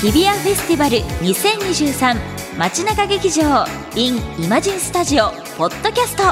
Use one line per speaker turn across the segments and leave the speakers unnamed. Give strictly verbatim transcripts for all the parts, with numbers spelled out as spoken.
日比谷フェスティバルにせんにじゅうさん街中劇場 in イマジンスタジオポッドキャスト。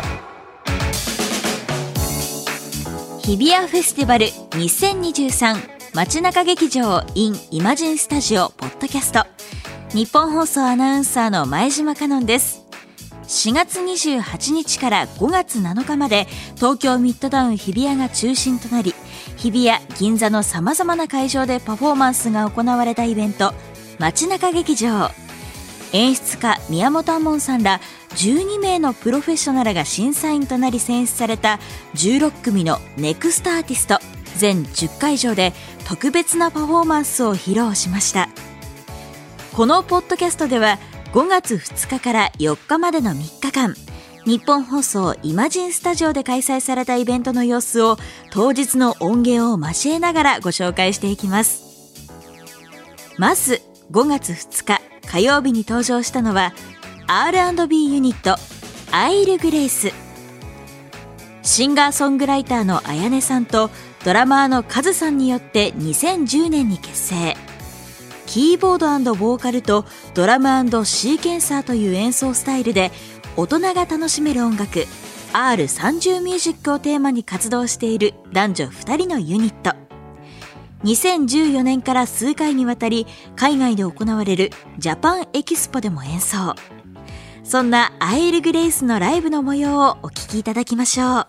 日比谷フェスティバルにせんにじゅうさん街中劇場 in イマジンスタジオポッドキャスト。日本放送アナウンサーの前島香音です。しがつにじゅうはちにちからごがつなのかまで東京ミッドタウン日比谷が中心となり、日比谷、銀座のさまざまな会場でパフォーマンスが行われたイベント、街中劇場。演出家宮本亞門さんらじゅうにめいのプロフェッショナルが審査員となり選出されたじゅうろっくみのネクストアーティスト全じゅっかいじょうで特別なパフォーマンスを披露しました。このポッドキャストではごがつふつかからよっかまでのみっかかん、日本放送イマジンスタジオで開催されたイベントの様子を当日の音源を交えながらご紹介していきます。まずごがつふつか火曜日に登場したのは アールアンドビー ユニットアイルグレイス。シンガーソングライターのあやねさんとドラマーのカズさんによってにせんじゅうねんに結成。キーボード&ボーカルとドラム&シーケンサーという演奏スタイルで大人が楽しめる音楽 アールさんじゅう ミュージックをテーマに活動している男女ふたりのユニット。にせんじゅうよねんから数回にわたり海外で行われるジャパンエキスポでも演奏。そんなアイルグレイスのライブの模様をお聞きいただきましょう。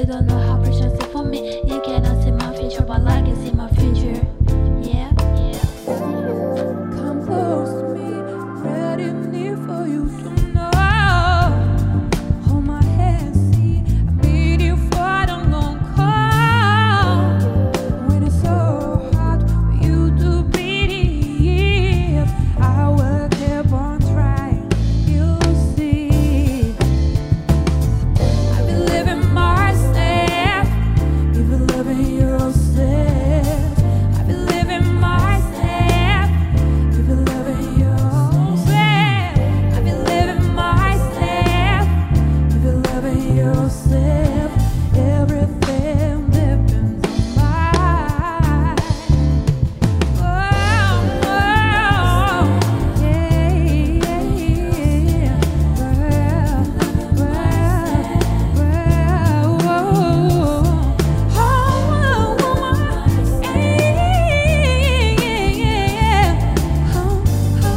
You don't know how precious it for me. You cannot see my future, but I can see my future. Yeah, yeah. Come close to me, ready near for you to know. Hold my hand, see, I'm waiting for the long call. When it's so hard for you to believe, I will keep on trying. You see, I've been living myself. You've been living yourself. I've been living myself. You've been living yourself. I've been living myself. You've been living yourself. Everything depends on mine. Oh, oh, yeah, yeah, yeah. Well, well, well, oh, oh, oh, yeah, yeah, yeah. Oh, oh,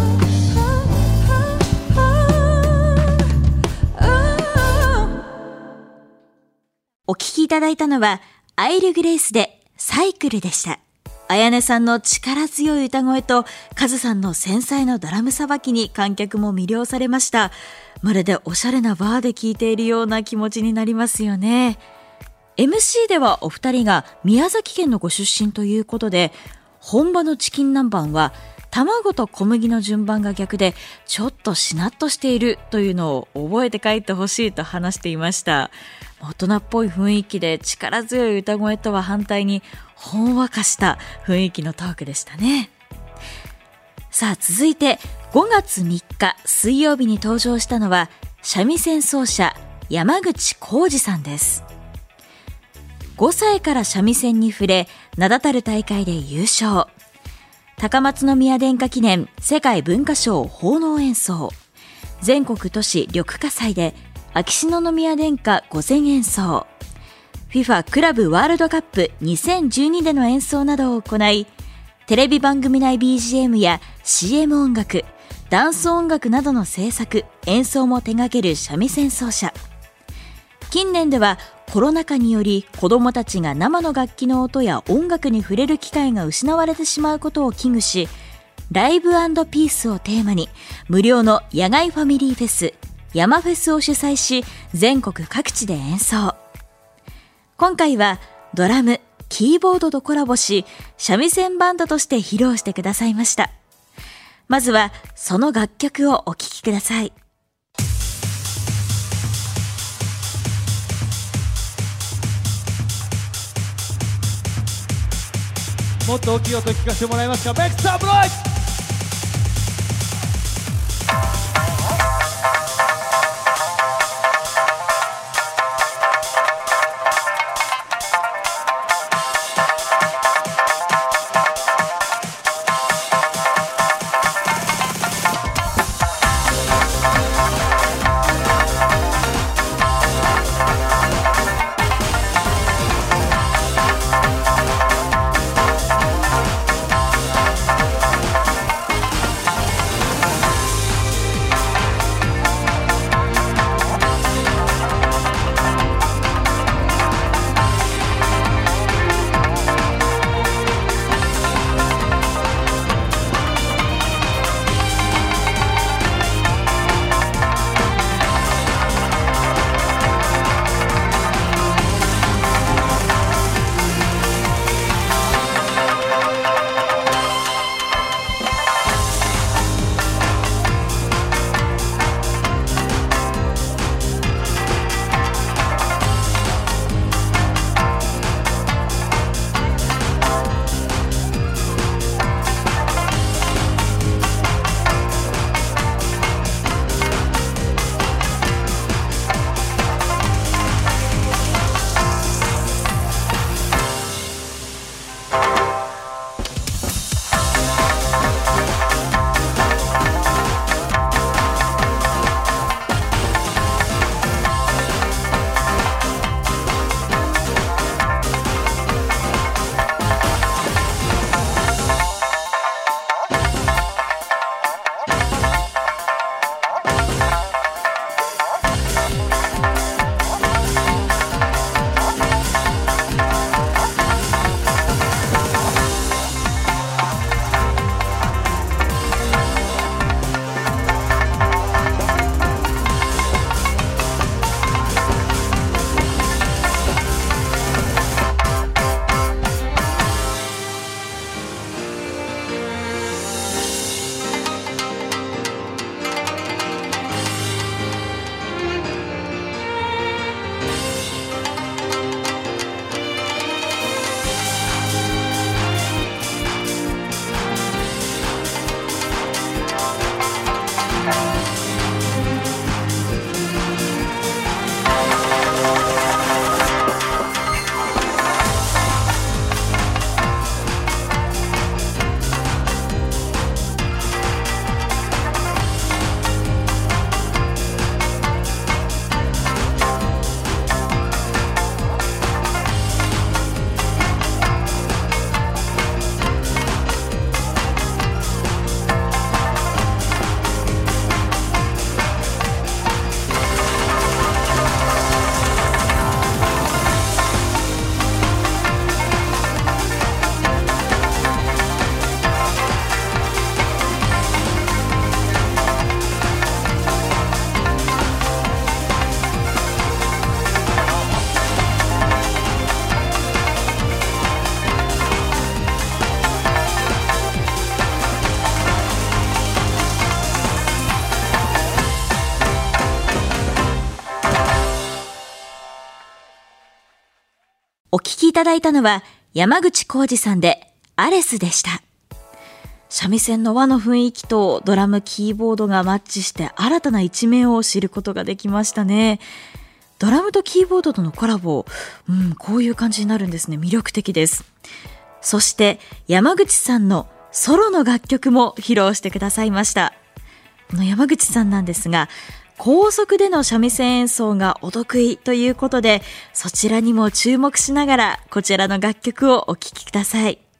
oh, oh, oh, oh.
お聞きいただいたのはアイル・グレイスでサイクルでした。綾音さんの力強い歌声とカズさんの繊細なドラムさばきに観客も魅了されました。まるでおしゃれなバーで聴いているような気持ちになりますよね。エムシー ではお二人が宮崎県のご出身ということで、本場のチキン南蛮は卵と小麦の順番が逆でちょっとしなっとしているというのを覚えて帰ってほしいと話していました。大人っぽい雰囲気で力強い歌声とは反対にほんわかした雰囲気のトークでしたね。さあ続いてごがつみっか水曜日に登場したのは三味線奏者山口浩二さんです。ごさいから三味線に触れ名だたる大会で優勝。高松宮殿下記念世界文化賞奉納演奏、全国都市緑化祭で秋篠宮殿下御前演奏、 FIFA クラブワールドカップにせんじゅうにでの演奏などを行い、テレビ番組内 ビージーエム や シーエム 音楽、ダンス音楽などの制作演奏も手掛ける三味線奏者。近年ではコロナ禍により子どもたちが生の楽器の音や音楽に触れる機会が失われてしまうことを危惧し、ライブ&ピースをテーマに無料の野外ファミリーフェス山フェスを主催し、全国各地で演奏。今回はドラム、キーボードとコラボし、三味線バンドとして披露してくださいました。まずはその楽曲をお聴きください。
もっと大きい音聞かせてもらえますか。メイクサーブロイス。
お聴きいただいたのは山口浩二さんでアレスでした。三味線の和の雰囲気とドラムキーボードがマッチして新たな一面を知ることができましたね。ドラムとキーボードとのコラボ、うん、こういう感じになるんですね。魅力的です。そして山口さんのソロの楽曲も披露してくださいました。この山口さんなんですが、高速での三味線演奏がお得意ということで、そちらにも注目しながらこちらの楽曲をお聴きください。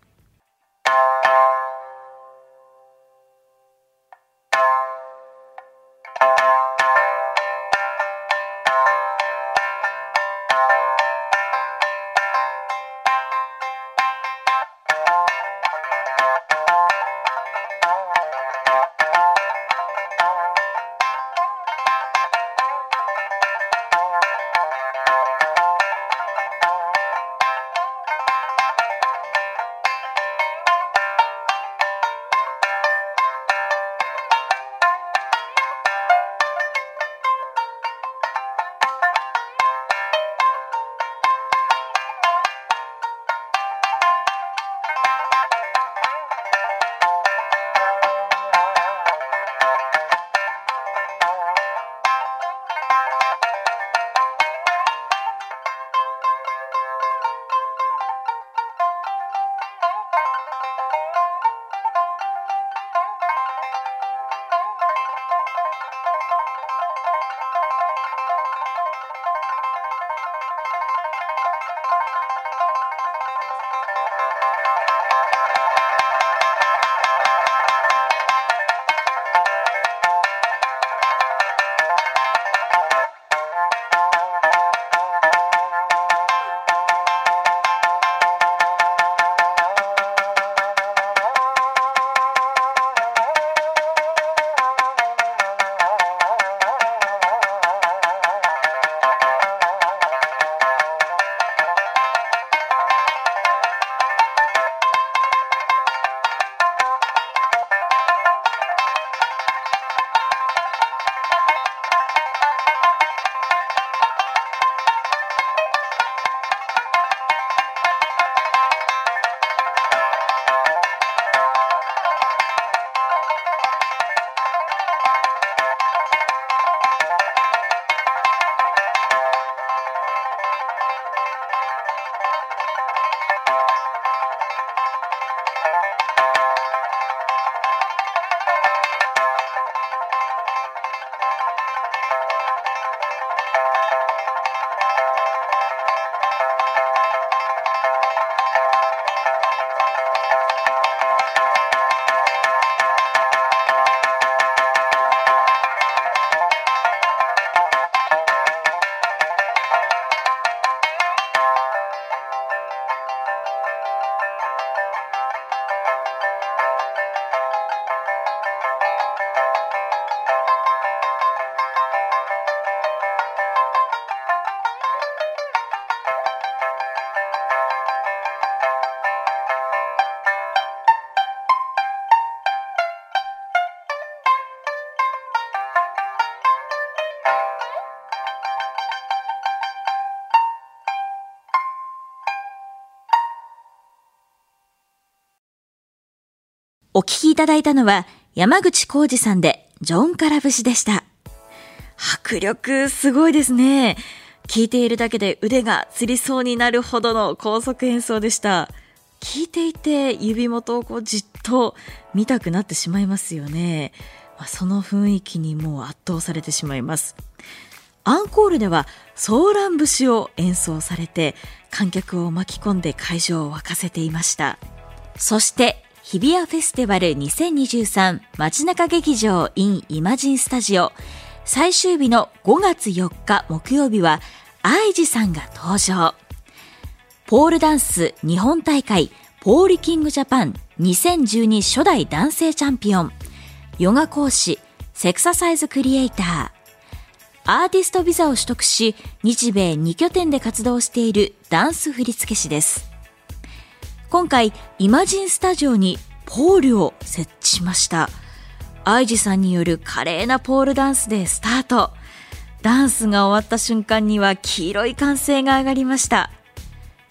お聴きいただいたのは山口浩二さんでジョンから節でした。迫力すごいですね。聴いているだけで腕がつりそうになるほどの高速演奏でした。聴いていて指元をこうじっと見たくなってしまいますよね。まあ、その雰囲気にもう圧倒されてしまいます。アンコールではソーラン節を演奏されて観客を巻き込んで会場を沸かせていました。そして日比谷フェスティバルにせんにじゅうさん街中劇場 in イマジンスタジオ最終日のごがつよっか木曜日はアイジさんが登場。ポールダンス日本大会ポーリキングジャパンにせんじゅうに初代男性チャンピオン、ヨガ講師、セクササイズクリエイター、アーティストビザを取得し日米に拠点で活動しているダンス振付師です。今回イマジンスタジオにポールを設置しました。アイジさんによる華麗なポールダンスでスタート。ダンスが終わった瞬間には黄色い歓声が上がりました。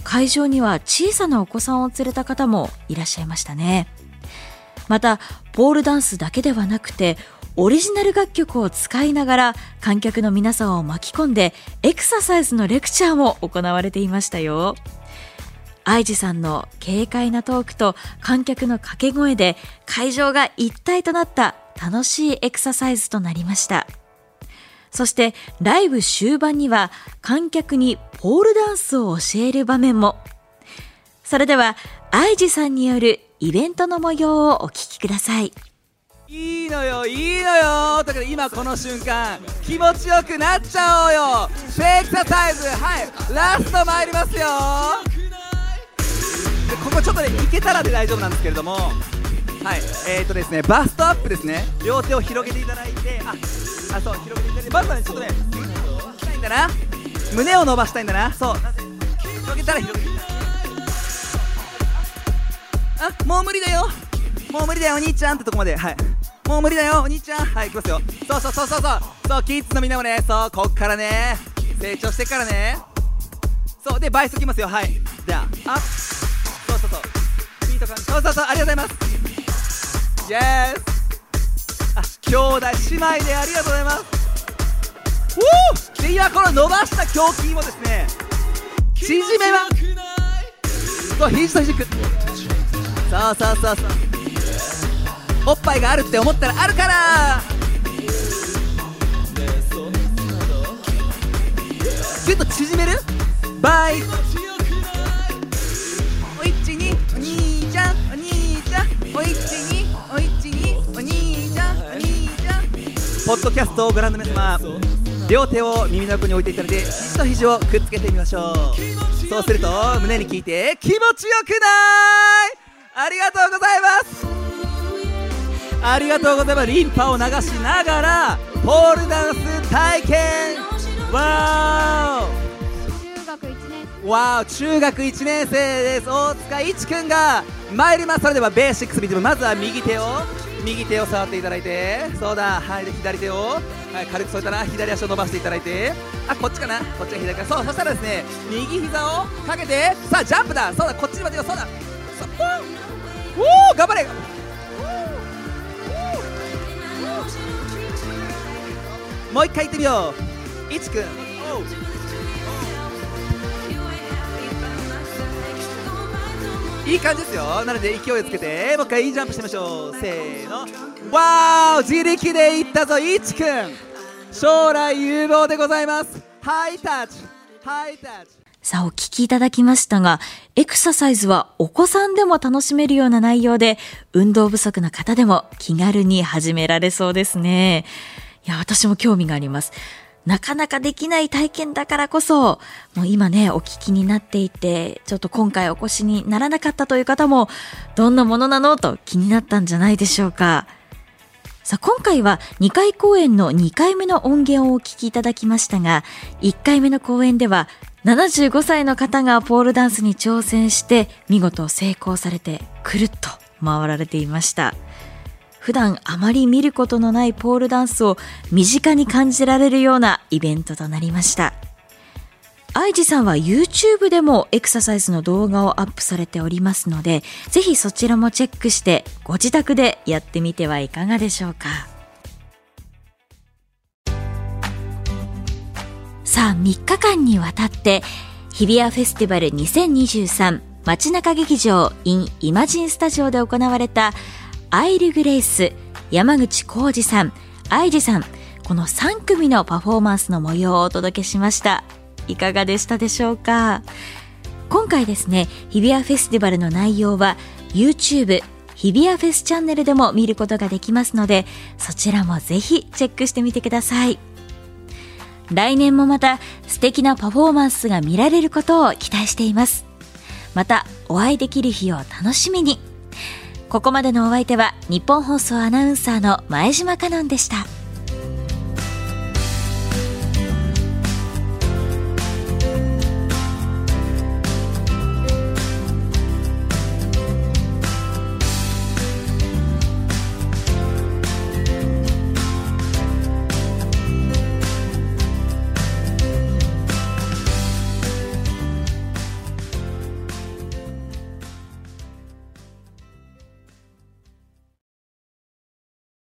会場には小さなお子さんを連れた方もいらっしゃいましたね。またポールダンスだけではなくてオリジナル楽曲を使いながら観客の皆さんを巻き込んでエクササイズのレクチャーも行われていましたよ。愛知さんの軽快なトークと観客の掛け声で会場が一体となった楽しいエクササイズとなりました。そしてライブ終盤には観客にポールダンスを教える場面も。それでは愛知さんによるイベントの模様をお聞きください。
いいのよいいのよ。だから今この瞬間気持ちよくなっちゃおうよ。エクササイズ、はいラスト参りますよ。でここちょっとねいけたらで大丈夫なんですけれども、はいえーとですねバストアップですね。両手を広げていただいて、ああそう広げていただいて、まずはねちょっとねしたいんだな、胸を伸ばしたいんだな。そう広げたら広げてあもう無理だよもう無理だよお兄ちゃんってとこまで、はいもう無理だよお兄ちゃん、はいいきますよ。そうそうそうそうそうそうキッズのみんなもね、そうこっからね成長してからね。そうで倍速いきますよ。はいではアップ、そうそうそうビート感、そうそうそうありがとうございます。イエース、あ兄弟姉妹でありがとうございます。おーで今この伸ばした胸筋もですね縮めます。そう肘と肘くっ、そうそうそうそうおっぱいがあるって思ったらあるから、ギュッと縮めるバイおいちにお兄ちゃんお兄ちゃんおいちにおいちにお兄ちゃんお兄ちゃん。ポッドキャストをご覧の皆様、両手を耳の横に置いていただいて肘と肘をくっつけてみましょう。そうすると胸に効いて気持ちよくない？ありがとうございます。ありがとうございます。リンパを流しながらポールダンス体験。わー
中学いちねん生。
わー中学いちねん生です。大塚いちくんが参ります。それではベーシックス見ても、まずは右手を右手を触っていただいて、そうだはいで左手を、はい、軽く添えたら左足を伸ばしていただいて、あこっちかなこっちが左か、そうそしたらですね右膝をかけて、さあジャンプだ、そうだこっちに待てよ、そうだそうおー頑張れ。もう一回いってみよう。いちくんいい感じですよ。なので勢いをつけてもう一回いいジャンプしてみましょう。せーのわー自力でいったぞいちくん、将来有望でございます。ハイタッチハイタッチ。
さあお聞きいただきましたが、エクササイズはお子さんでも楽しめるような内容で、運動不足な方でも気軽に始められそうですね。いや私も興味があります。なかなかできない体験だからこそ、もう今ねお聞きになっていてちょっと今回お越しにならなかったという方も、どんなものなのと気になったんじゃないでしょうか。さあ今回はにかい公演のにかいめの音源をお聞きいただきましたが、いっかいめの公演ではななじゅうごさいの方がポールダンスに挑戦して見事成功されてくるっと回られていました。普段あまり見ることのないポールダンスを身近に感じられるようなイベントとなりました。愛知さんは YouTube でもエクササイズの動画をアップされておりますので、ぜひそちらもチェックしてご自宅でやってみてはいかがでしょうか。さあみっかかんにわたって日比谷フェスティバルにせんにじゅうさん街中劇場 in イマジンスタジオで行われたアイル・グレイス、山口浩二さん、愛知さん、このさんくみのパフォーマンスの模様をお届けしました。いかがでしたでしょうか。今回ですね、日比谷フェスティバルの内容は YouTube 日比谷フェスチャンネルでも見ることができますので、そちらもぜひチェックしてみてください。来年もまた素敵なパフォーマンスが見られることを期待しています。またお会いできる日を楽しみに。ここまでのお相手は日本放送アナウンサーの前島香音でした。